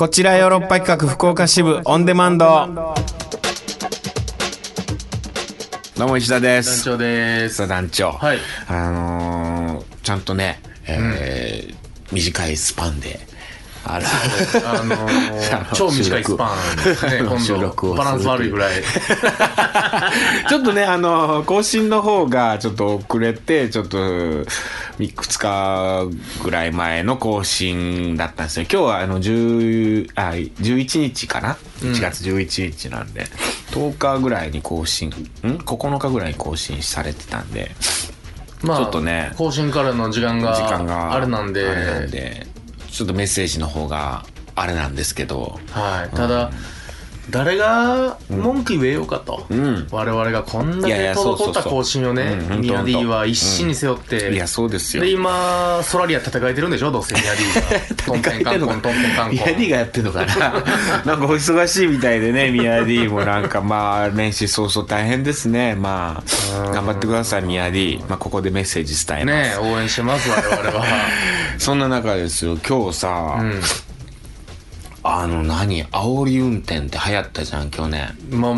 こちらヨーロッパ企画福岡支部オンデマンド。どうも石田です。 団長です。 団長、 はい、 ちゃんとね、短いスパンで超短いスパンですね。今度バランス悪いぐらいちょっとね更新の方がちょっと遅れて、ちょっと2日ぐらい前の更新だったんですよ。今日は11日かな、1月11日なんで、10日ぐらいに更新9日ぐらいに更新されてたんで、まあ、ちょっとね更新からの時間があれなんでちょっとメッセージの方があれなんですけど、 はい、ただ、誰が文句言えようかと、我々がこんだけ滞った更新をね、ミヤディは一心に背負って、 いやそうですよ。 で今ソラリア戦えてるんでしょ、どうせミヤディがトンペンカンコントンペンカンコン、 ミヤディがやってんのかななんかお忙しいみたいでね、ミヤディもなんかまあ年始早々大変ですね。まあ頑張ってくださいミヤディ。まあここでメッセージ伝えますね。応援してます我々はそんな中ですよ、今日さ、煽り運転って流行ったじゃん去年。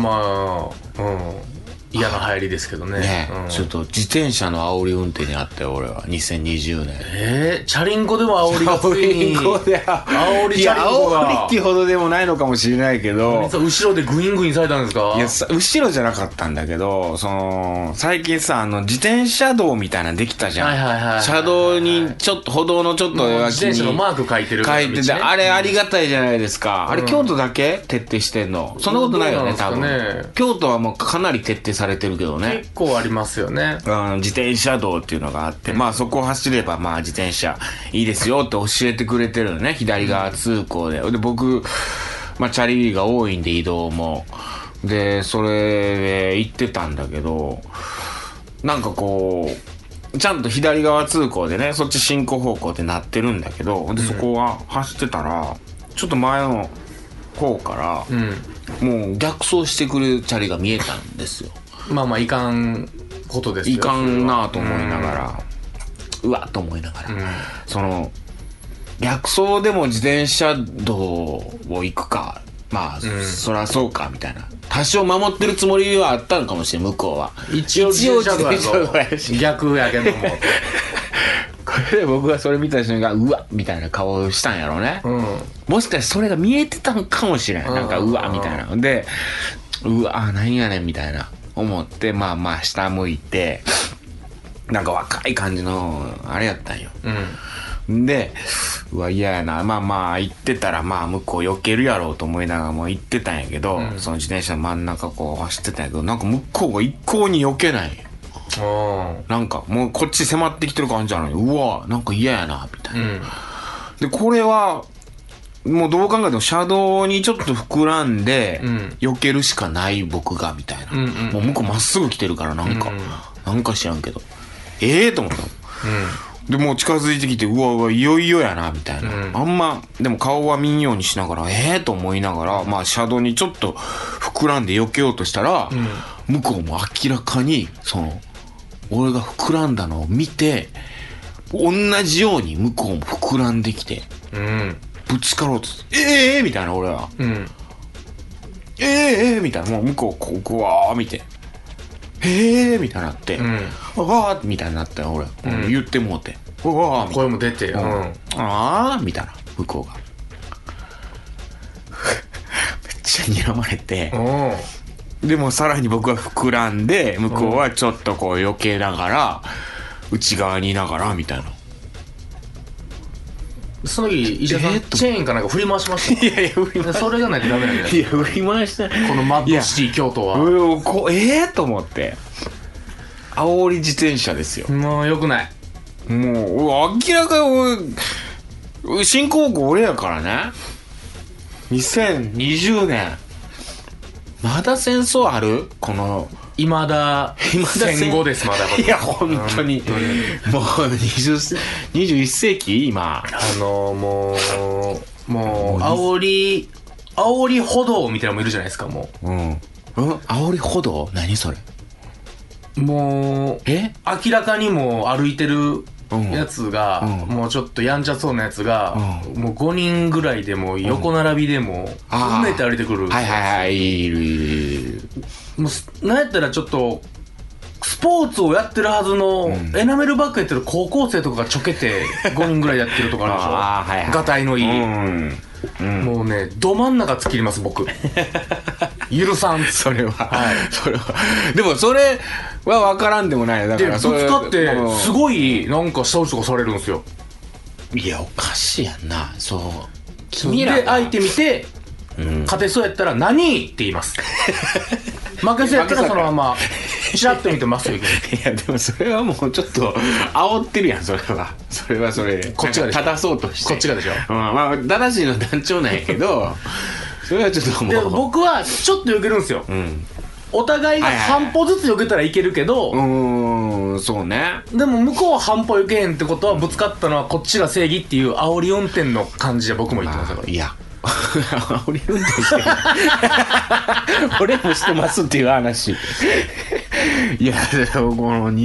嫌な流行りですけどね。 ちょっと自転車の煽り運転にあったよ俺は2020年。 チャリンコでも煽りがついに煽りチャリンコが、煽りってほどでもないのかもしれないけど、 後ろでグイングインされたんですか？ いや後ろじゃなかったんだけど、最近さ自転車道みたいなのできたじゃん。車道にちょっと歩道のちょっと自転車のマーク書いてる、 書いてて、あれありがたいじゃないですか。あれ京都だけ徹底してんの？そんなことないよね多分。京都はもうかなり徹底されてるけどね。 結構ありますよね。 自転車道っていうのがあって、まあそこを走ればまあ自転車いいですよって教えてくれてるのね、左側通行で。で僕まあチャリが多いんで移動もで、それで行ってたんだけど、なんかこうちゃんと左側通行でね、そっち進行方向ってなってるんだけど、でそこは走ってたらちょっと前の方からもう逆走してくるチャリが見えたんですよ。 いかんことですよ。 いかんなと思いながら、うわっと思いながら、逆走でも自転車道を行くか、まあ、そりゃそうかみたいな、多少守ってるつもりはあったのかもしれん向こうは。 一応自転車道やし逆やけどもこれで僕がそれ見た瞬間うわっみたいな顔をしたんやろうね、もしかしてそれが見えてたんかもしれん。なんかうわみたいなで、うわなんやねんみたいな思って、まあ下向いて、なんか若い感じのあれやったんよ、でうわ嫌やな、まあ行ってたらまあ向こう避けるやろうと思いながらもう行ってたんやけど、その自転車の真ん中こう走ってたんやけど、なんか向こうが一向に避けない。なんかもうこっち迫ってきてる感じなのに、うわなんか嫌やなみたいな、でこれはもうどう考えても車道にちょっと膨らんで避けるしかない僕がみたいな、もう向こうまっすぐ来てるからなんか知らんけどと思ったの、でもう近づいてきて、うわいよいよやなみたいな、あんまでも顔は見んようにしながらと思いながら、まあ車道にちょっと膨らんで避けようとしたら、向こうも明らかに俺が膨らんだのを見て、同じように向こうも膨らんできて、ぶつかろうとみたいな、俺はみたいな、もう向こうこうグワー見てみたいになって、わーみたいになったよ俺、言ってもうてわー声も出て、 あーみたいな、向こうがめっちゃ睨まれて、でもさらに僕は膨らんで、向こうはちょっとこう避けながら、内側にいながらみたいな。 その時石田さんチェーンかなんか振り回しました？ いや振り回し、 それがないとダメなんだよ。いや振り回したこのマッドシティ京都はと思って、煽り自転車ですよ。 もう良くない。 もう明らかに新高校俺やからね。2020年まだ戦争ある？この未だ戦後です。まだいや本当にもう21世紀今。 もう煽り歩道みたいなのもいるじゃないですか。もう煽り歩道何それ？ もう明らかにもう歩いてるやつが、もうちょっとやんちゃそうなやつが、もう5人ぐらいでも横並びでも埋めて歩いてくる。 はいはいはい、いる。 もうなんやったらちょっとスポーツをやってるはずの、エナメルバッグやってる高校生とかがちょけて5人ぐらいやってるとかあるでしょ。がたいのいい。もうね、ど真ん中突っ切ります僕。許さん。 それは、それは。でもそれは分からんでもない。だからそれぶつかってすごいなんか下打ちとかされるんですよ。 いや、おかしいやんな。そう。 君らで相手見て、勝てそうやったら何って言います。負けそうやったらそのままチラッと見てますよ。いやでもそれはもうちょっと煽ってるやん。それはそれでこっちがでしょ。 正そうとしてこっちがでしょ。 まあ正しいの団長なんやけど、それはちょっともう。 で僕はちょっと避けるんですよ。お互いが半歩ずつ避けたらいけるけど、 そうね。 でも向こうは半歩避けへんってことはぶつかったのはこっちが正義っていう煽り運転の感じで僕も言ってますから。 いや煽り運転してる俺もしてますっていう話。いやでもこの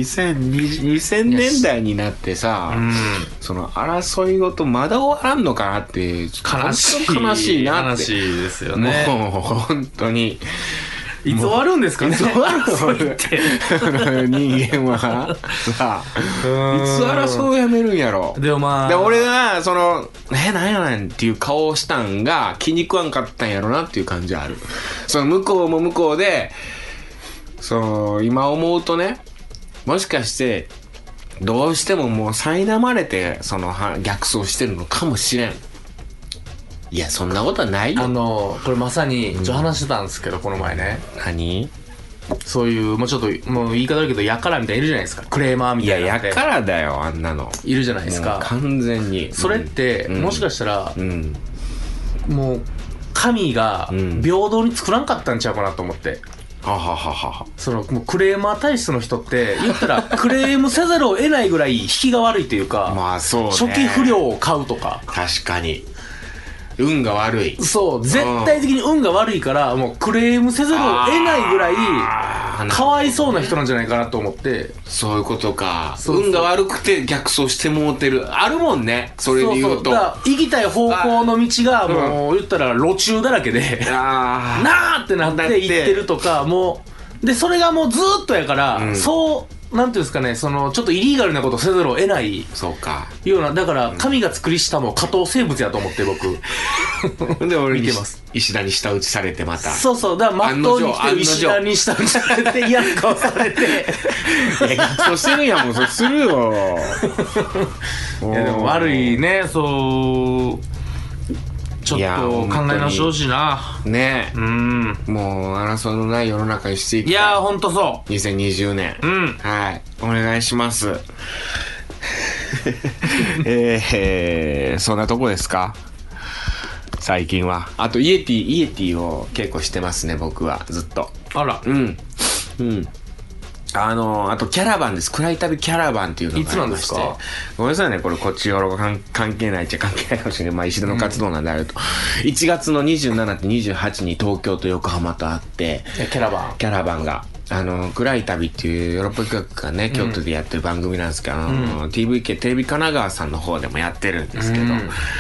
2000年代になってさ、その争いごとまだ終わらんのかなって悲しいなって。 悲しいですよね。 もう本当にいつ終わるんですかね。いつ終わるそう言って人間はさあ、いつ争うやめるんやろ。 でもまあ、 で俺がそのなんやねんっていう顔をしたんが気に食わんかったんやろなっていう感じはある。その向こうも向こうで、その今思うとね、もしかしてどうしてももう苛まれてその逆走してるのかもしれん。いやそんなことはないよ。 これまさに話してたんですけど、この前ね。 何？ そういうもうちょっともう言い方だけどやからみたいないるじゃないですか。クレーマーみたいな。 いややからだよ、あんなのいるじゃないですか。 完全にそれって、もしかしたら、もう神が平等に作らんかったんちゃうかなと思って。そのもうクレーマー体質の人って言ったらクレームせざるを得ないぐらい引きが悪いというか、 まあそうね、 初期不良を買うとか。 確かに運が悪い。 そう絶対的に運が悪いから、もうクレームせざるを得ないぐらいかわいそうな人なんじゃないかなと思って。 そういうことか。運が悪くて逆走してもうてるあるもんね。それで言うと、 だから行きたい方向の道がもう言ったら路中だらけでなーってなって行ってるとか、もうでそれがもうずーっとやから、そうなんていうんですかね、そのちょっとイリーガルなことをせざるを得ないような、だから神が作りしたも下等生物やと思って僕で俺見てます。 石田に舌打ちされて、またそうだからまっとうに来てる石田に舌打ちされて嫌な顔されていやそうしてるやん。もうそうするよいやでも悪いね、そうちょっと考え直してほしいな。 ねえ。もう争いのない世の中にしていきたい。 いやーほんとそう。 2020年。はい。お願いします。そんなとこですか？最近は。あとイエティを結構してますね、僕は。ずっと。 あら。 あとキャラバンです。暗い旅キャラバンっていうのがありまして。 いつなんですか？ ごめんなさいね、これこっちよろ関係ないっちゃ関係ないかもしれない。まあ石田の活動なんであると。1月の27って28に東京と横浜とあって、 キャラバンが。 暗い旅っていうヨーロッパ企画がね、京都でやってる番組なんですけど、TVK テレビ神奈川さんの方でもやってるんですけど、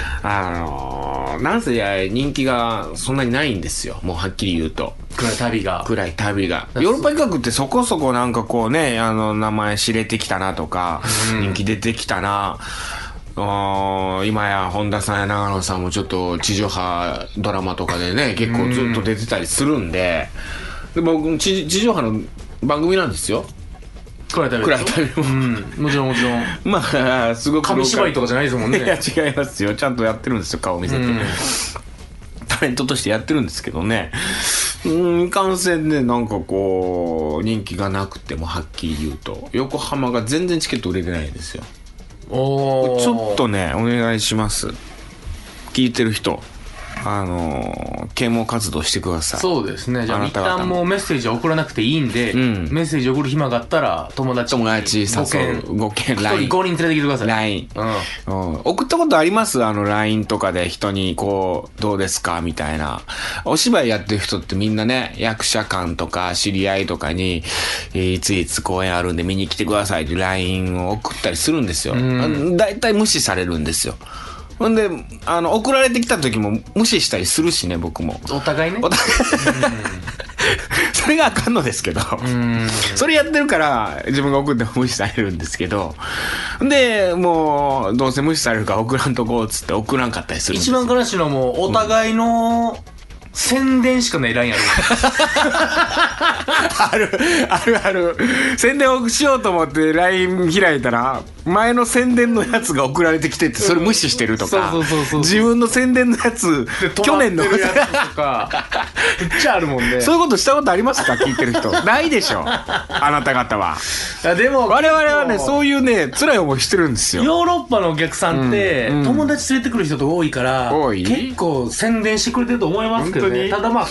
なんせ人気がそんなにないんですよ。もうはっきり言うと。 暗い旅が。 ヨーロッパ企画ってそこそこなんかこうね、名前知れてきたなとか、人気出てきたな。今や本田さんや長野さんもちょっと地上波ドラマとかでね、結構ずっと出てたりするんで、で僕地上波の番組なんですよ。 暗い旅も。もちろん。 まあすごく紙芝居とかじゃないですもんね。 いや違いますよ。ちゃんとやってるんですよ、顔見せて。タレントとしてやってるんですけどね。いかんせんね、なんかこう人気がなくても、はっきり言うと横浜が全然チケット売れてないんですよ。ちょっとねお願いします。聞いてる人啓蒙活動してください。 そうですね。じゃあ一旦もうメッセージは送らなくていいんで、メッセージ送る暇があったら友達誘う5件 LINE 5人連れてきてください。 LINE、送ったことあります？LINE とかで人にこうどうですかみたいな。お芝居やってる人ってみんなね、役者間とか知り合いとかに、いついつ公演あるんで見に来てくださいって LINE を送ったりするんですよ。だいたい無視されるんですよ。ほんで、送られてきた時も無視したりするしね、僕も。 お互いね。 それがあかんのですけど。それやってるから、自分が送っても無視されるんですけど。で、もう、どうせ無視されるから送らんとこうっつって送らんかったりするんですよ。 一番悲しいのはもう、お互いの、宣伝しかない LINE ある。 ある。宣伝をしようと思って LINE 開いたら、前の宣伝のやつが送られてきてて、それ無視してるとか、自分の宣伝のやつ、去年のやつとか、 めっちゃあるもんね。 そういうことしたことありますか？聞いてる人。ないでしょ。あなた方は。 でも、 我々はね、そういうね、辛い思いしてるんですよ。 ヨーロッパのお客さんって、友達連れてくる人と多いから、結構宣伝してくれてると思いますけどね。ただまあ、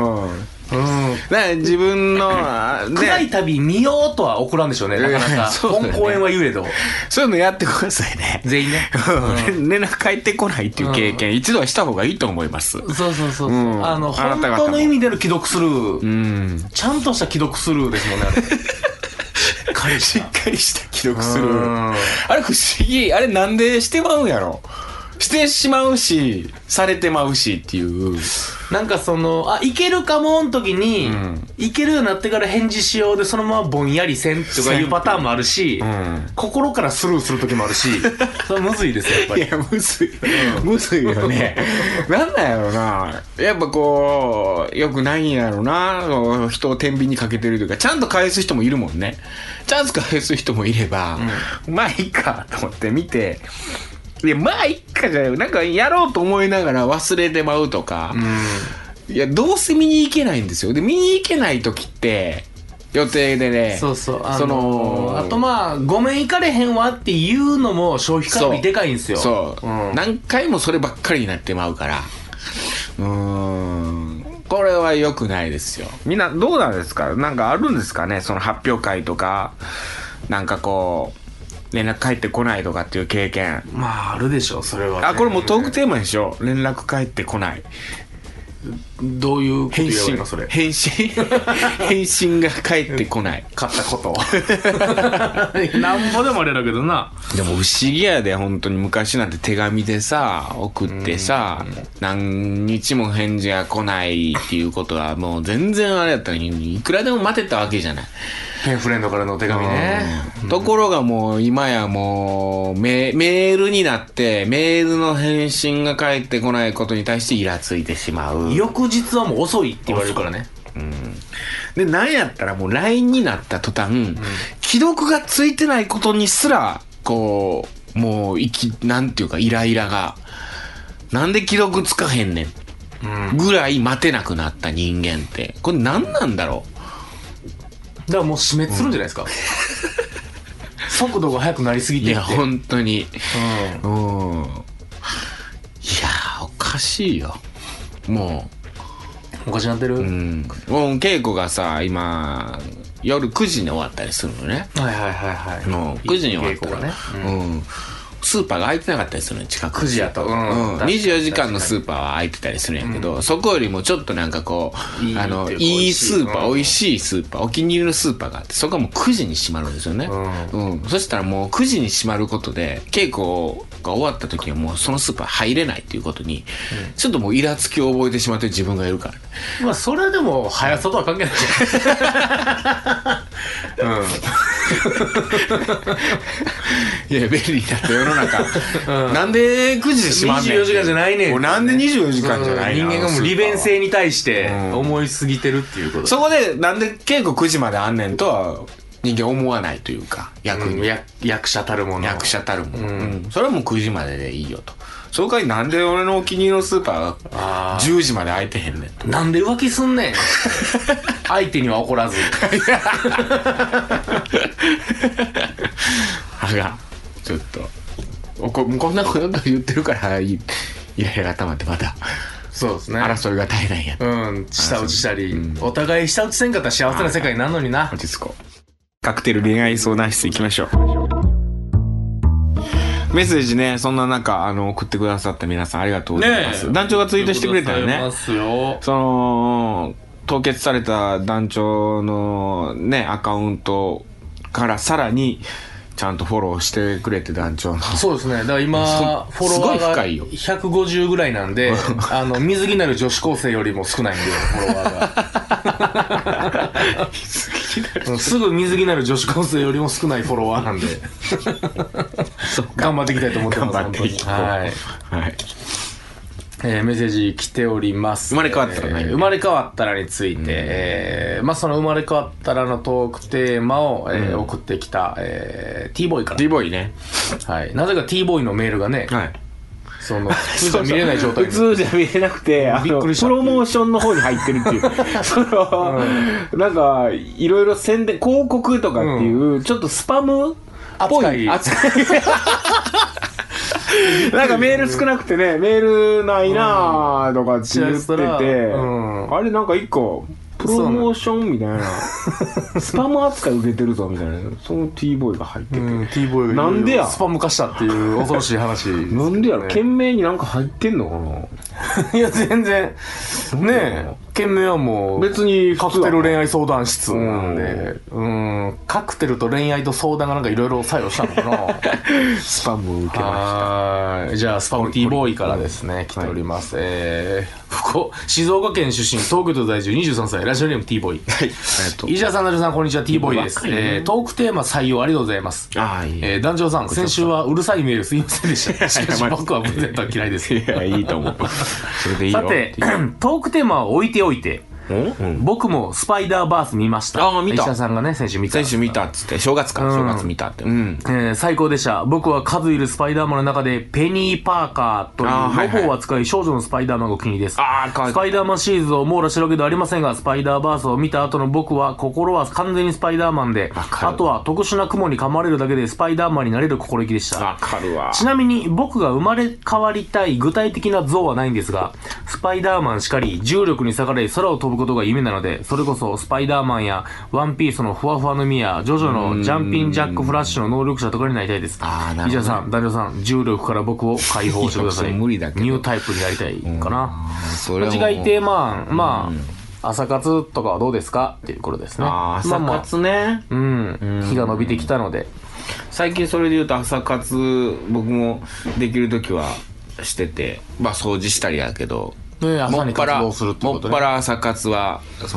自分の暗い旅見ようとは送らんでしょうね、なかなか。本公演は言えど。 そういうのやってくださいね。 全員ね。 連絡返ってこないっていう経験、一度はした方がいいと思います。 そう。本当の意味での既読スルー。ちゃんとした既読スルーですもんね、あれ。 しっかりした既読スルー。あれ不思議。あれなんでしてまうんやろ。してしまうし、されてまうしっていう。 なんかいけるかもん時に、いけるようになってから返事しようで、そのままぼんやりせんとかいうパターンもあるし、心からスルーする時もあるし、それむずいですよ、やっぱり。 いや、むずいよね。なんだやろな。やっぱこう、よくないんやろな。人を天秤にかけてるというか、ちゃんと返す人もいるもんね。ちゃんと返す人もいれば、まあいいかと思って見て、いや、まあいっかじゃない。なんかやろうと思いながら忘れてまうとか。いや、どうせ見に行けないんですよ。で、見に行けない時って、予定でね。 そう。あとまあ、ごめん行かれへんわっていうのも消費カロリーでかいんですよ。 そう。何回もそればっかりになってまうから。これは良くないですよ。みんなどうなんですか？なんかあるんですかね？その発表会とか、なんかこう、連絡返ってこないとかっていう経験。 まああるでしょ、それは、ね。 これもうトークテーマでしょ。連絡返ってこない。 どういうこと言うのそれ。 返信が返ってこない。 買ったこと。なんぼでもあれだけどな。 でも不思議やで、本当に昔なんて手紙でさ、送ってさ、何日も返事が来ないっていうことはもう全然あれやったのに、いくらでも待てたわけじゃない。 ペンフレンドからのお手紙ね。 ところがもう今やもうメールになってメールの返信が返ってこないことに対してイラついてしまう。 翌日はもう遅いって言われるからね。 で、なんやったらもう LINE になった途端、既読がついてないことにすらこうもうなんていうかイライラが、なんで既読つかへんねんぐらい待てなくなった人間ってこれ何なんだろう。 だからもう死滅するんじゃないですか。速度が速くなりすぎてって。 いや本当に。いやおかしいよ。もうおかしなってる。 もう稽古がさ今夜9時に終わったりするのね。もう9時に終わったらね。スーパーが開いてなかったりするの近く。 9時やと。 24時間のスーパーは開いてたりするんやけど、そこよりもちょっとなんかこう、いいスーパー、美味しいスーパー、お気に入りのスーパーがあって、そこはもう9時に閉まるんですよね。そしたらもう9時に閉まることで、稽古が終わった時にはもうそのスーパー入れないっていうことに、ちょっともうイラつきを覚えてしまってる自分がいるから。 まあそれはでも、速さとは関係ないじゃん。 いや、便利になった世の中。なんで9時で閉まんねん。 24時間じゃないねん。 なんで24時間じゃないの。 人間がもう利便性に対して思いすぎてるっていうこと。 そこで、なんで稽古9時まであんねんとは、人間思わないというか、逆に。 役者たるもの。 役者たるもの。それはもう9時まででいいよと。その代わりなんで俺のお気に入りのスーパーが10時まで開いてへんねんと。 なんで浮気すんねん。相手には怒らず。 ちょっとこんなこと言ってるからイライラが溜まってまたそうですね。 争いが絶えないんや。 舌打ちしたり、お互い舌打ちせんかったら幸せな世界になるのにな。 落ち着こう。カクテル恋愛相談室行きましょう。メッセージね、そんな中、送ってくださった皆さんありがとうございます。団長がツイートしてくれたよね。凍結された団長のね、アカウントからさらに、ちゃんとフォローしてくれて団長の。 そうですね。だから今、フォロワーが150ぐらいなんで、水着なる女子高生よりも少ないんで、フォロワーが。すぐ水着なる女子高生よりも少ないフォロワーなんで。頑張っていきたいと思ってます。 頑張っていこう。はい。 メッセージ来ております。 生まれ変わったら何？ 生まれ変わったらについて、その生まれ変わったらのトークテーマを、送ってきた、T ボーイから。 T ボーイね。 はい。なぜか T ボーイのメールがね、はい。普通じゃ見れない状態。 普通じゃ見れなくて、びっくりした。プロモーションの方に入ってるっていう。なんか、いろいろ宣伝、広告とかっていう、ちょっとスパムっぽい扱い。なんかメール少なくてね、メールないなーとかって言ってて、あれなんか一個、プロモーションみたいな、スパム扱い受けてるぞみたいな、その T ボーイが入ってて、 T ボーイがなんでやスパム化したっていう恐ろしい話。 なんでやろ、件名になんか入ってんのかな。 いや、全然、ねえ、件名はもう、別にカクテル恋愛相談室なんで、カクテルと恋愛と相談がなんかいろいろ作用したのかな。 スパムを受けました。じゃあ、スパム T ボーイからですね、来ております。静岡県出身、東京都在住23歳、ラジオネーム T ボーイ。はい。石田さん、なるさん、こんにちは、T ボーイです。トークテーマ採用ありがとうございます。団長さん、先週はうるさいメールすいませんでした。しかし僕はプレゼントは嫌いです。 いや、いいと思う。それでいいよ。 さて、トークテーマは置いておいて、僕もスパイダーバース見ました。 見た。 石田さんがね、先週見た。 先週見たっつって、正月見たって。 最高でした。僕は数いるスパイダーマンの中で、ペニー・パーカーというロボを扱い少女のスパイダーマンがお気に入りです。スパイダーマンシリーズを網羅してるわけではありませんが、スパイダーバースを見た後の僕は、心は完全にスパイダーマンで、あとは特殊な雲に噛まれるだけでスパイダーマンになれる心意気でした。 わかるわ。 ちなみに、僕が生まれ変わりたい具体的な像はないんですが、スパイダーマンしかり、重力に逆らい空を飛ぶことが夢なので、それこそスパイダーマンやワンピースのふわふわの実やジョジョのジャンピンジャックフラッシュの能力者とかになりたいです。伊沢さん、ダニオさん、重力から僕を解放してください。 無理だけどニュータイプになりたいかな。次回テーマ、朝活とかはどうですかっていうことですね。 朝活ね。 日が伸びてきたので。 最近それで言うと朝活、僕もできるときはしてて、掃除したりやけど、 朝に活動するってことね。 もっぱら朝活は、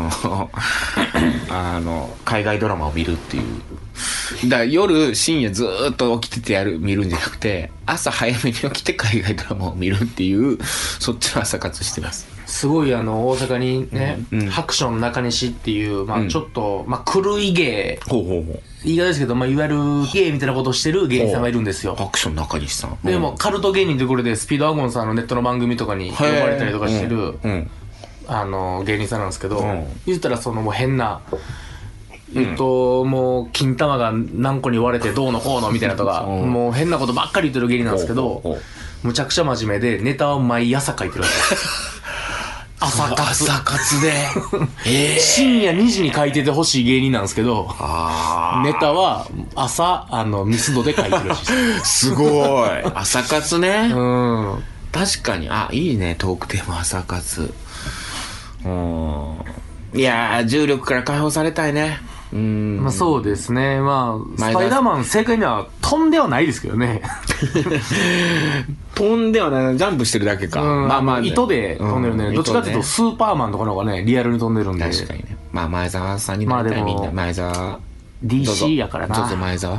海外ドラマを見るっていう。だから夜、深夜ずーっと起きてて見るんじゃなくて、朝早めに起きて海外ドラマを見るっていう、そっちの朝活してます。 すごい大阪にね、ハクション中西っていう、ちょっと、狂い芸。言い方ですけど、いわゆる芸みたいなことをしてる芸人さんがいるんですよ。 ハクション中西さん。 でも、カルト芸人ということで、スピードワゴンさんのネットの番組とかに呼ばれたりとかしてる、芸人さんなんですけど、言ったらもう変な、もう、金玉が何個に割れてどうのこうのみたいなとか、もう変なことばっかり言ってる芸人なんですけど、むちゃくちゃ真面目で、ネタを毎朝書いてるわけです。朝活で。深夜2時に書いててほしい芸人なんですけど、ネタは朝、ミスドで書いてるらしいです。 すごい。朝活ね。確かに。いいね、トークテーマ朝活。いやー、重力から解放されたいね。 そうですね。スパイダーマン正解には飛んではないですけどね。 飛んではない、ジャンプしてるだけか。 糸で飛んでるね。どっちかっていうとスーパーマンとかの方がね、リアルに飛んでるんで。 確かにね。前澤さんになりたい、みんな。前澤。 DC やからな。 ちょっと前澤。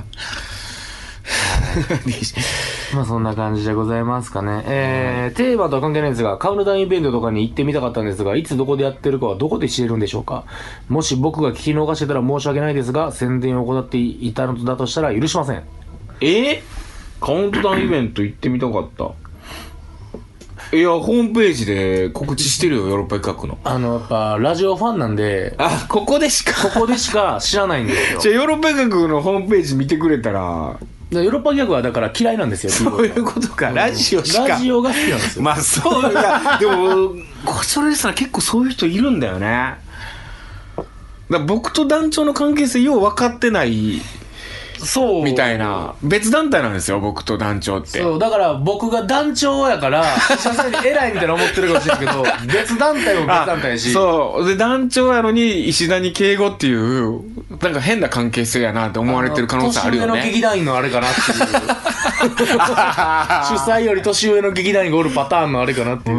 そんな感じでございますかね。テーマとは関係ないんですが、カウントダウンイベントとかに行ってみたかったんですが、いつどこでやってるかはどこで知れるんでしょうか。もし僕が聞き逃してたら申し訳ないですが、宣伝を行っていたのだとしたら許しません。 カウントダウンイベント行ってみたかった。いや、ホームページで告知してるよ、ヨーロッパ企画の。 やっぱ、ラジオファンなんで、 ここでしか知らないんですよ。 ヨーロッパ企画のホームページ見てくれたら、 ヨーロッパギャグはだから嫌いなんですよ。 そういうことか、ラジオしか。 ラジオが好きなんですよ。 まあそうや、でもそれさ、結構そういう人いるんだよね。だ僕と団長の関係性よう分かってないそうみたいな、別団体なんですよ、僕と団長って。 そうだから僕が団長やからさすがに偉いみたいな思ってるかもしれんけど別団体も別団体やし、 そうで団長やのに石田に敬語っていうなんか変な関係性やなって思われてる可能性あるよね。 年上の劇団員のあれかなっていう主催より年上の劇団員がおるパターンのあれかなっていう、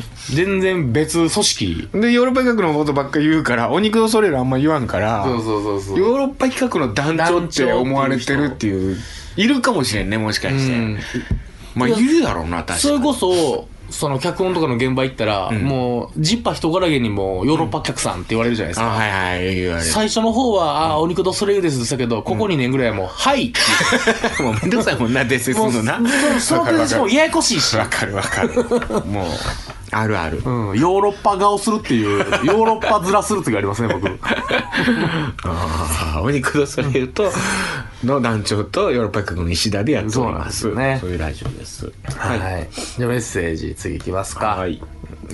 全然別組織でヨーロッパ企画のことばっかり言うからお肉のそれらあんま言わんから、 そうヨーロッパ企画の団長って思われてるっていういるかもしれんね、もしかして。まあいるだろうな、確かに。 それこそその脚本とかの現場行ったら、もうジッパ人柄げにもヨーロッパ客さんって言われるじゃないですか、 はいはい言われる。 最初の方はお肉ドストレイユですって言ったけど、ここ2年ぐらいはもうはいっていうもうめんどくさいもんな、デセすんのな。 その点もややこしいし、 わかるもうあるある、 ヨーロッパ顔するっていうヨーロッパ面するっていうのがありますね、僕。 お肉ドストレイユとの団長とヨーロッパ企画の石田でやっております。そうなんですね。そういうラジオです。 はい、じゃあメッセージ次いきますか。はい。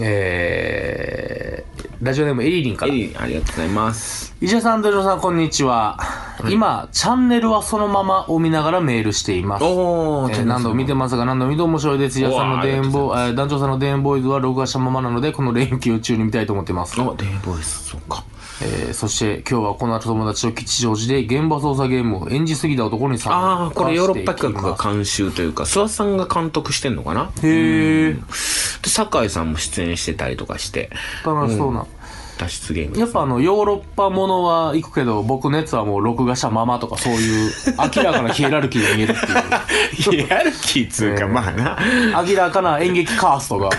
ラジオネームエリリンから。 エリリン、ありがとうございます。 石田さん、ドジョさん、こんにちは。今チャンネルはそのままを見ながらメールしています。何度も見てますが何度も見て面白いです。石田さんの団長さんのデーンボーイズは録画したままなのでこの連休中に見たいと思っています。 デーンボーイズ、そうか。 そして今日はこの後友達と吉祥寺で現場操作ゲームを演じすぎた男に参加していきます。 これヨーロッパ企画が監修というか諏訪さんが監督してんのかな。 へえ。 で酒井さんも出演してたりとかして楽しそうな、 脱出ゲーム、 やっぱヨーロッパものは行くけど僕のやつはもう録画したままとかそういう明らかなヒエラルキーが見えるっていうヒエラルキーっつうか、まあな明らかな演劇カーストが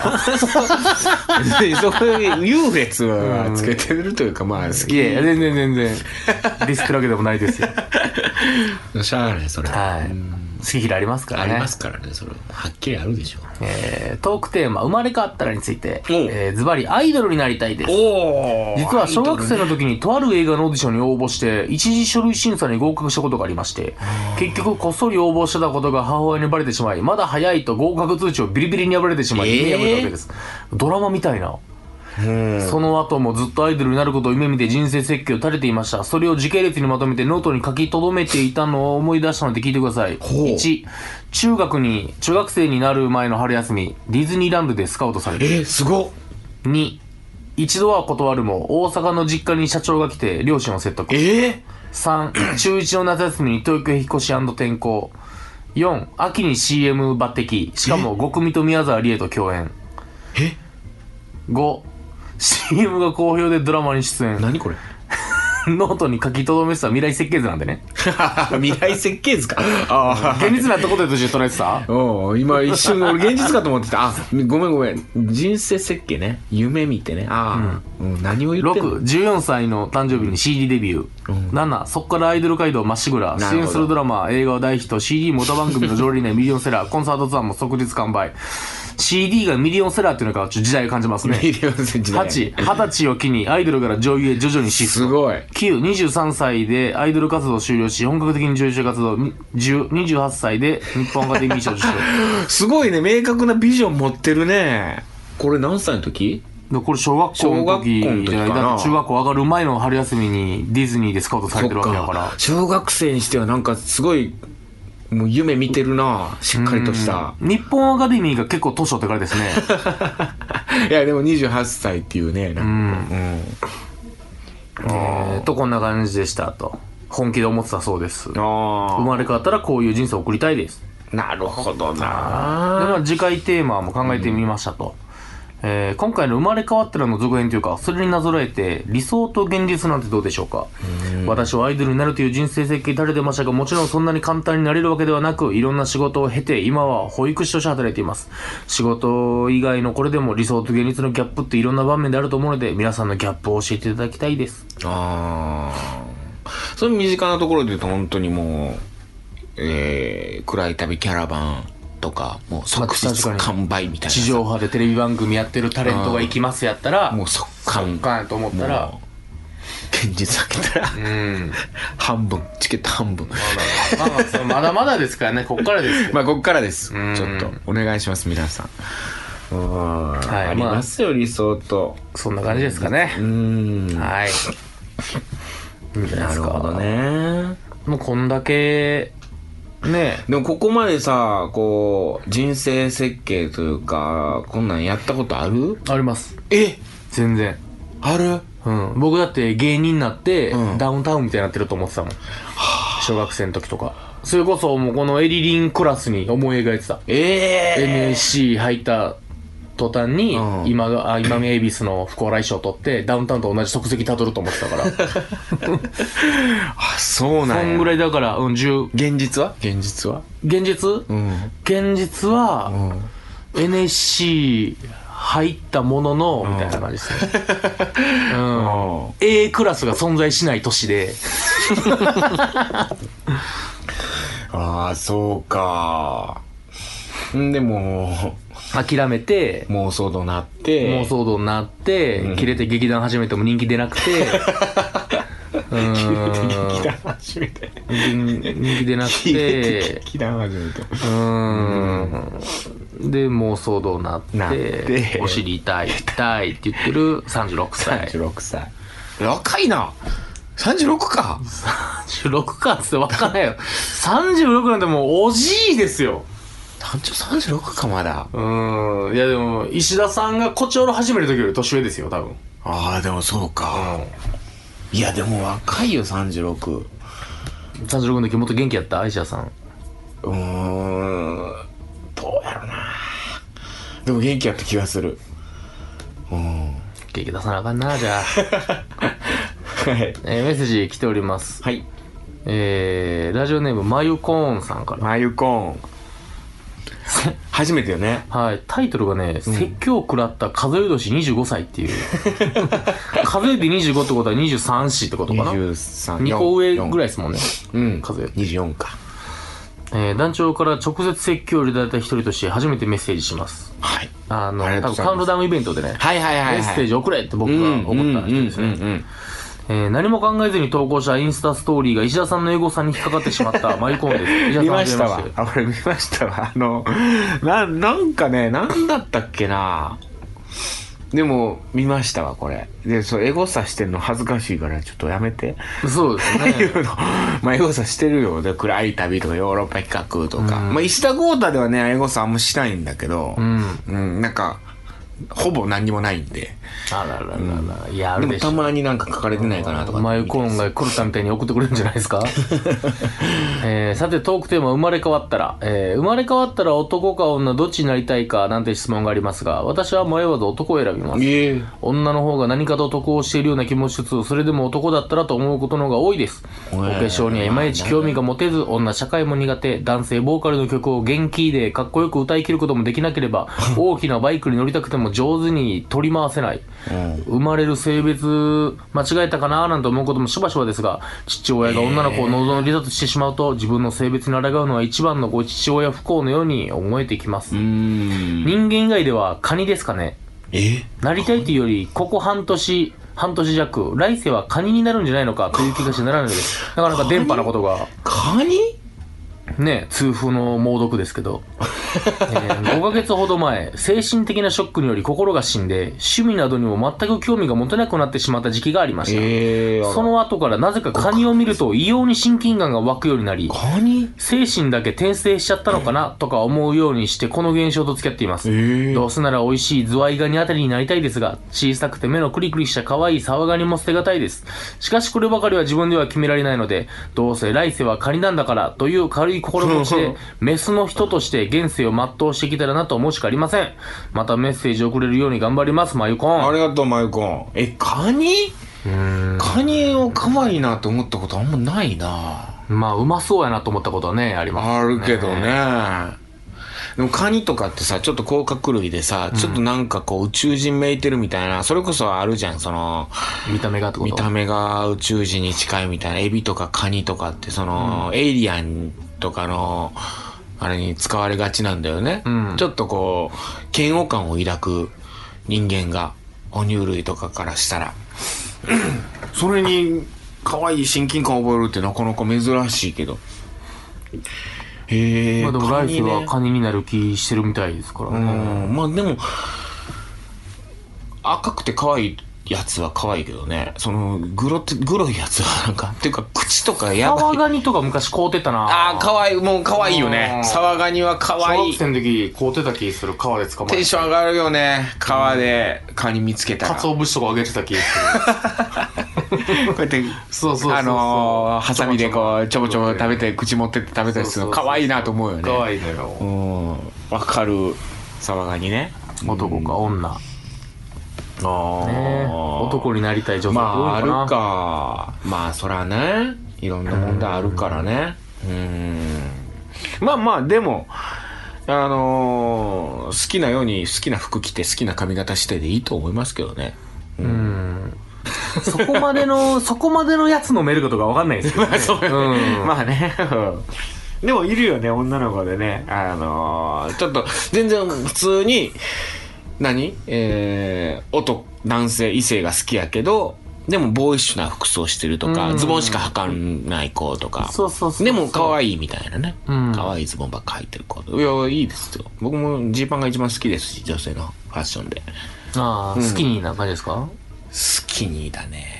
そういう優劣はつけてるというか、まあ好き。 いや全然ディスってるわけでもないですよ。 しゃあないそれ、 はい、好き嫌いありますからね。 ありますからね、それはっきりあるでしょう。 トークテーマ生まれ変わったらについて、ズバリアイドルになりたいです。実は小学生の時にとある映画のオーディションに応募して一次書類審査に合格したことがありまして、結局こっそり応募してたことが母親にバレてしまい、まだ早いと合格通知をビリビリに破れてしまい夢破れたわけです。ドラマみたいな。その後もずっとアイドルになることを夢見て人生設計を立てていました。それを時系列にまとめてノートに書き留めていたのを思い出したので聞いてください。1、中学生になる前の春休みディズニーランドでスカウトされて、 すごっ。 2、一度は断るも大阪の実家に社長が来て両親を説得。3、中1の夏休みに東京引っ越し&転校。4、秋に CM 抜擢、しかも極味と宮沢りえと共演。5、CM が好評でドラマに出演。 何これノートに書き留めてた未来設計図なんでね。 未来設計図か。 現実になったこととして捉えてた。 今一瞬俺現実かと思ってた。ごめん。人生設計ね。夢見てね。何を言ってんの。 6、14歳の誕生日に CD デビュー。7、そこからアイドル街道まっしぐら。出演するドラマ、映画は大ヒット。CD も歌番組の上位にミリオンセラー。コンサートツアーも即日完売。CD がミリオンセラーっていうのが時代を感じますね。 ミリオンセラー。 8、20歳を機にアイドルから女優へ徐々にシフト。 すごい。 9、23歳でアイドル活動を終了し、本格的に女優活動。10、28歳で日本アカデミー賞受賞。 すごいね、明確なビジョン持ってるね。これ何歳の時？ これ小学校の時じゃない。だって中学校上がる前の春休みにディズニーでスカウトされてるわけだから。 小学生にしてはなんかすごいもう夢見てるな、しっかりとした。 日本アカデミーが結構年取ってからですね。 いやでも28歳っていうね。 こんな感じでしたと本気で思ってたそうです。生まれ変わったらこういう人生を送りたいです。 なるほどな。 で次回テーマも考えてみましたと。今回の生まれ変わったらの続編というか、それになぞらえて理想と現実なんてどうでしょうか。私はアイドルになるという人生設計に垂れてましたが、もちろんそんなに簡単になれるわけではなく、いろんな仕事を経て今は保育士として働いています。仕事以外のこれでも理想と現実のギャップっていろんな場面であると思うので、皆さんのギャップを教えていただきたいです。 その身近なところで言うと本当にもう、暗い旅キャラバンとかもう即日完売みたいな、 地上波でテレビ番組やってるタレントが行きますやったらもう即完やと思ったら現実開けたら、半分、チケット半分。 まだまだですからね、こっからです。 まあ、こっからです。ちょっと、お願いします、皆さん。はい、ありますよ、理想と。 そんな感じですかね。はい。 なるほどね。 もうこんだけ、ね。 でもここまでさ、こう、人生設計というか、こんなんやったことある？ あります。全然。 ある？ 僕だって芸人になって、ダウンタウンみたいになってると思ってたもん。小学生の時とか。それこそもうこのエリリンクラスに思い描いてた。NSC 入った途端に、今見恵比寿の不幸来賞を取って、ダウンタウンと同じ足跡たどると思ってたから。 あ、そうなんや。 そんぐらいだから、 現実は現実は、NSC 入ったものの、みたいな感じですね。A クラスが存在しない年で。 ああ、そうか。でも、 諦めて、 妄想度になって、 切れて劇団始めても人気出なくて、 切れて劇団始めて。 人気出なくて、 劇団始めて。 で、妄想度になって、お尻痛いって言ってる36歳。 36歳。若いな。36か。 36かって分かんないよ。36なんてもうおじいですよ。 36か、まだ。 いやでも、石田さんがコチョロ始める時より年上ですよ、多分。 ああ、でもそうか。いや、でも若いよ、36。 36の時もっと元気やった石田さん。 どうやろな。でも元気やった気がする。 元気出さなあかんな、じゃあ。 はい。 メッセージ来ております。 はい。 ラジオネーム、まゆこーんさんから。 まゆこーん。初めてよね。 はい。タイトルがね、説教を食らった数え年25歳っていう。数えて25ってことは23歳ってことかな。 23。 2個上ぐらいですもんね。数えて。 24か。 団長から直接説教をいただいた一人として初めてメッセージします。 はい。 多分カウントダウンイベントでね。 メッセージ送れって僕が送った人ですね。何も考えずに投稿したインスタストーリーが石田さんのエゴさんに引っかかってしまったマイコンです。 見ましたわ。俺見ましたわ。なんかね、なんだったっけな。でも、見ましたわ、これ。で、エゴサしてんの恥ずかしいから、ちょっとやめて。 そうですね。 まあ、エゴサしてるよ。で、暗い旅とか、ヨーロッパ企画とか。まあ、石田豪太ではね、エゴサあんましないんだけど、なんか、ほぼ何にもないんで。いや、あるでしょ。でもたまになんか書かれてないかなとか。 マイコーンが狂ったみたいに送ってくれるんじゃないですか。さて、トークテーマ、生まれ変わったら。生まれ変わったら男か女どっちになりたいかなんて質問がありますが、私は迷わず男を選びます。女の方が何かと得をしているような気もしつつ、それでも男だったらと思うことの方が多いです。お化粧にはいまいち興味が持てず、女社会も苦手、男性ボーカルの曲を元気でかっこよく歌い切ることもできなければ、大きなバイクに乗りたくても上手に取り回せない。生まれる性別間違えたかななんて思うこともしばしばですが、父親が女の子を望んで離脱してしまうと、自分の性別に抗うのは一番のご父親不幸のように思えてきます。人間以外ではカニですかね。なりたいというより、ここ半年弱、来世はカニになるんじゃないのかという気がしてならないです。なかなか電波なことが。 カニね、痛風の猛毒ですけど、5ヶ月ほど前、精神的なショックにより心が死んで、趣味などにも全く興味が持てなくなってしまった時期がありました。その後からなぜかカニを見ると異様に親近感が湧くようになり、精神だけ転生しちゃったのかなとか思うようにしてこの現象と付き合っています。どうせなら美味しいズワイガニあたりになりたいですが、小さくて目のクリクリした可愛いサワガニも捨てがたいです。しかしこればかりは自分では決められないので、どうせ来世はカニなんだからという軽い心持ちでメスの人として現世を全うしてきたらなと思うしかありません。またメッセージを送れるように頑張ります。まゆこん、 ありがとうまゆこん。カニを可愛いなと思ったことあんまないな。 まあうまそうやなと思ったことはねありますね。 あるけどね。でもカニとかってさ、ちょっと甲殻類でさ、ちょっとなんかこう宇宙人めいてるみたいな、それこそあるじゃん、その見た目がってこと？ 見た目が宇宙人に近いみたいな。エビとかカニとかってその、エイリアンとかのあれに使われがちなんだよね、ちょっとこう嫌悪感を抱く人間が哺乳類とかからしたら、 それに可愛い親近感覚えるってなかなか珍しいけど。 まあでもライスはカニになる気してるみたいですからね。 まあでも赤くて可愛いやつは可愛いけどね。そのグロいやつはなんかっていうか口とかやばい。 サワガニとか昔買うてたな。 ああ可愛い、もう可愛いよね。サワガニは可愛い。 小学生の時買うてた気する。川で捕まえてテンション上がるよね。川でカニ見つけたら。 鰹節とかあげてた気する。 こうやってそうハサミでこうちょぼちょぼ食べて口持ってって食べたりするの可愛いなと思うよね。 可愛いのよ。 わかる。サワガニね。 男か女。男になりたい女性まああるか。まあそらね、いろんな問題あるからね。まあまあでも好きなように好きな服着て好きな髪型してでいいと思いますけどね。 そこまでのやつ飲めることが分かんないですよね。 まあね。でもいるよね、女の子でね。ちょっと全然普通に男性異性が好きやけどでもボーイッシュな服装してるとか、ズボンしか履かない子とか、でも可愛いみたいなね、可愛いズボンばっか履いてる子、いやいいですよ。僕もジーパンが一番好きですし、女性のファッションで。 スキニーな感じですか？ スキニーだね。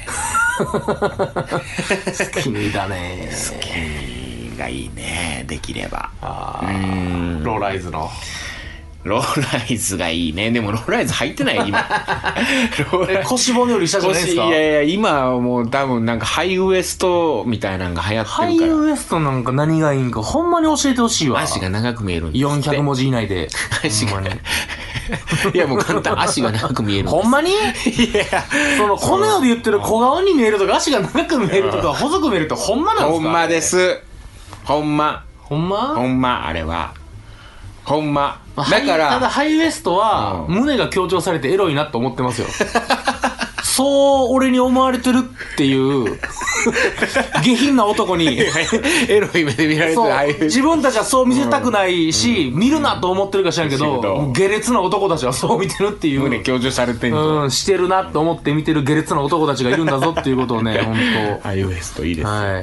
スキニーだね。 スキニーがいいね、できれば。 ローライズのローライズがいいね。でもローライズ入ってない今。 腰骨より下じゃないですか？ いやいや、今はもう多分なんかハイウエストみたいなのが流行ってるから。 ハイウエストなんか何がいいんかほんまに教えてほしいわ。 足が長く見えるんですって。 400文字以内で。 足がいやもう簡単、足が長く見えるんです。 ほんまに？いや、そのこの世で言ってる小顔に見えるとか足が長く見えるとか細く見えるってほんまなんですか？ ほんまです。ほんまあれはほんまだから。 ただハイウエストは胸が強調されてエロいなと思ってますよ。そう俺に思われてるっていう下品な男にエロい目で見られてる。 自分たちはそう見せたくないし、見るなと思ってるか知らんけど、下劣な男たちはそう見てるっていう、 胸強調されてんの、 してるなと思って見てる下劣な男たちがいるんだぞっていうことをね、本当。 ハイウエストいいです。 はい。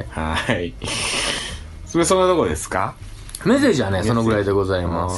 そんなとこですか？ メッセージはね、そのぐらいでございます。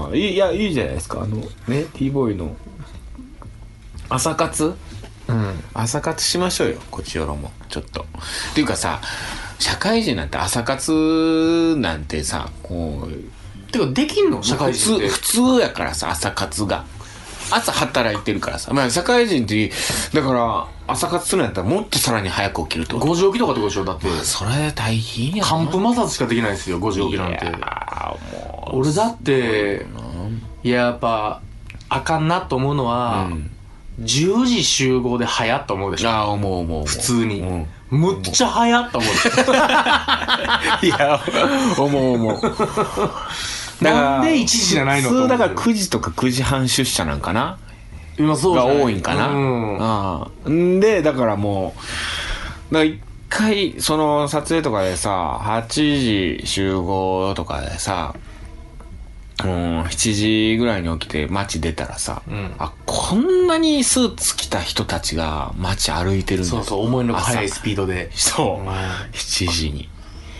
いや、いいじゃないですか。T ボーイの朝活、朝活しましょうよ、こちよろもちょっと。っていうかさ、社会人なんて朝活なんてさ、こうてかできんの？社会人って普通やからさ、朝活が朝働いてるからさ、まあ社会人ってだから朝活するんやったらもっとさらに早く起きると。 5時起きとかってことでしょ？だってそれ大変やな。 寒風摩擦しかできないですよ、5時起きなんて。もう俺だってやっぱあかんなと思うのは、10時集合で早っと思うでしょ。 思う普通に、むっちゃ早っと思うでしょ。 いや思うなんで1時じゃないの？ 普通だから9時とか9時半出社なんかな、 今そうが多いんかな。でだからもう一回その撮影とかでさ、8時集合とかでさ、7時ぐらいに起きて街出たらさ、こんなにスーツ着た人たちが街歩いてるんだ。 そう思いの速いスピードで。 そう、7時に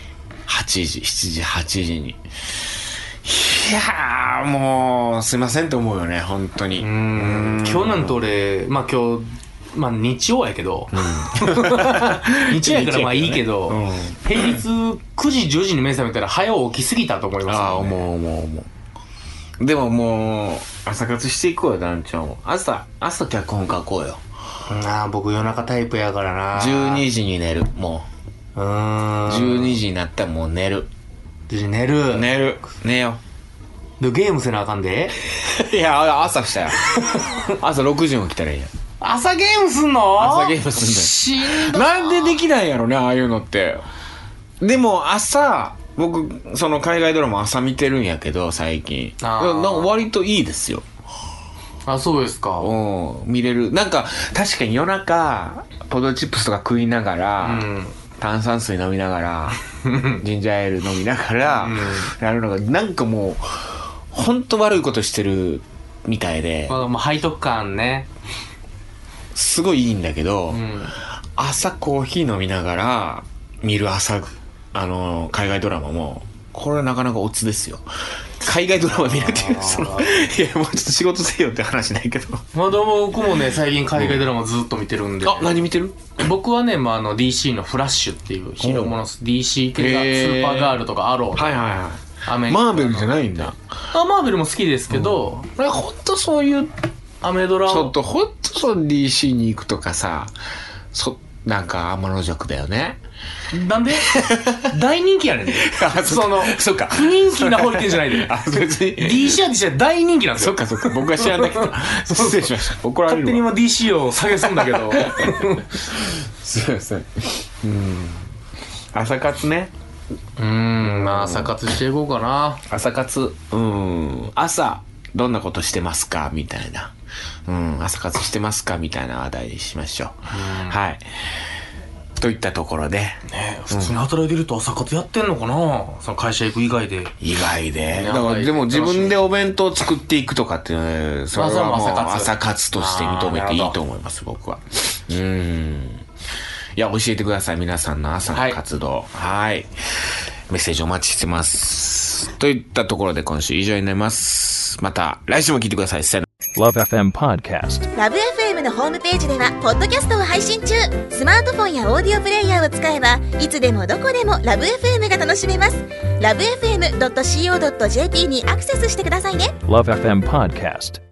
7時8時に、いやーもうすいませんって思うよね、本当に。 今日なんて俺、今日日曜やけど、日曜やからいいけど、平日9時10時に目覚めたら早起きすぎたと思いますよね。 思う。でももう朝活していこうよ、団長も。朝脚本書こうよ。 僕夜中タイプやからな。 12時に寝る。もう12時になったらもう寝る。寝よでゲームせなあかんで。 いや朝したよ。朝6時に起きたらいいや。 朝ゲームすんの？ 朝ゲームすんだよ。 しんどい。 なんでできないんやろね、ああいうのって。でも朝僕その海外ドラマ朝見てるんやけど最近なんか割といいですよ。 そうですか。 見れる。なんか確かに夜中ポテトチップスとか食いながら、炭酸水飲みながらジンジャーエール飲みながらやるのがなんかもうほんと悪いことしてるみたいで、 もう背徳感ね、 すごいいいんだけど、 朝コーヒー飲みながら見る海外ドラマも、これはなかなかオツですよ。海外ドラマ見るっていう、いや、もうちょっと仕事せよって話ないけど。 まあ、僕もね、最近海外ドラマずっと見てるんで。 何見てる？ 僕はね、DC のフラッシュっていうヒーローもの、DC 系がスーパーガールとかアローとか。 はいはいはい。マーベルじゃないんだ。 マーベルも好きですけど、 ほんとそういう、 アメドラちょっとほんとそう DC に行くとかさ、なんか天の弱だよね。 なんで大人気やねんね。 そっか。 不人気な方言ってんじゃないで。 別に。 DC は大人気なんですよ。 そっか。僕は知らないけど。失礼しました。怒られるわ。 勝手に今 DC を下げすんだけど。 すいません。朝活ね。 まあ朝活していこうかな。 朝活。朝、どんなことしてますかみたいな。朝活してますかみたいな話題にしましょう。はい。といったところで。 ね、普通に働いてると朝活やってんのかな、その会社行く以外で。 だからでも自分でお弁当作っていくとかっていうのは、それはもう朝活として認めていいと思います、僕は。いや、教えてください、皆さんの朝の活動。はい。メッセージお待ちしてます。といったところで今週以上になります。また来週も聞いてください。 LoveFM Podcast。LoveFM のホームページではポッドキャストを配信中。スマートフォンやオーディオプレイヤーを使えばいつでもどこでも LoveFM が楽しめます。 LoveFM.co.jp にアクセスしてくださいね。 LoveFM Podcast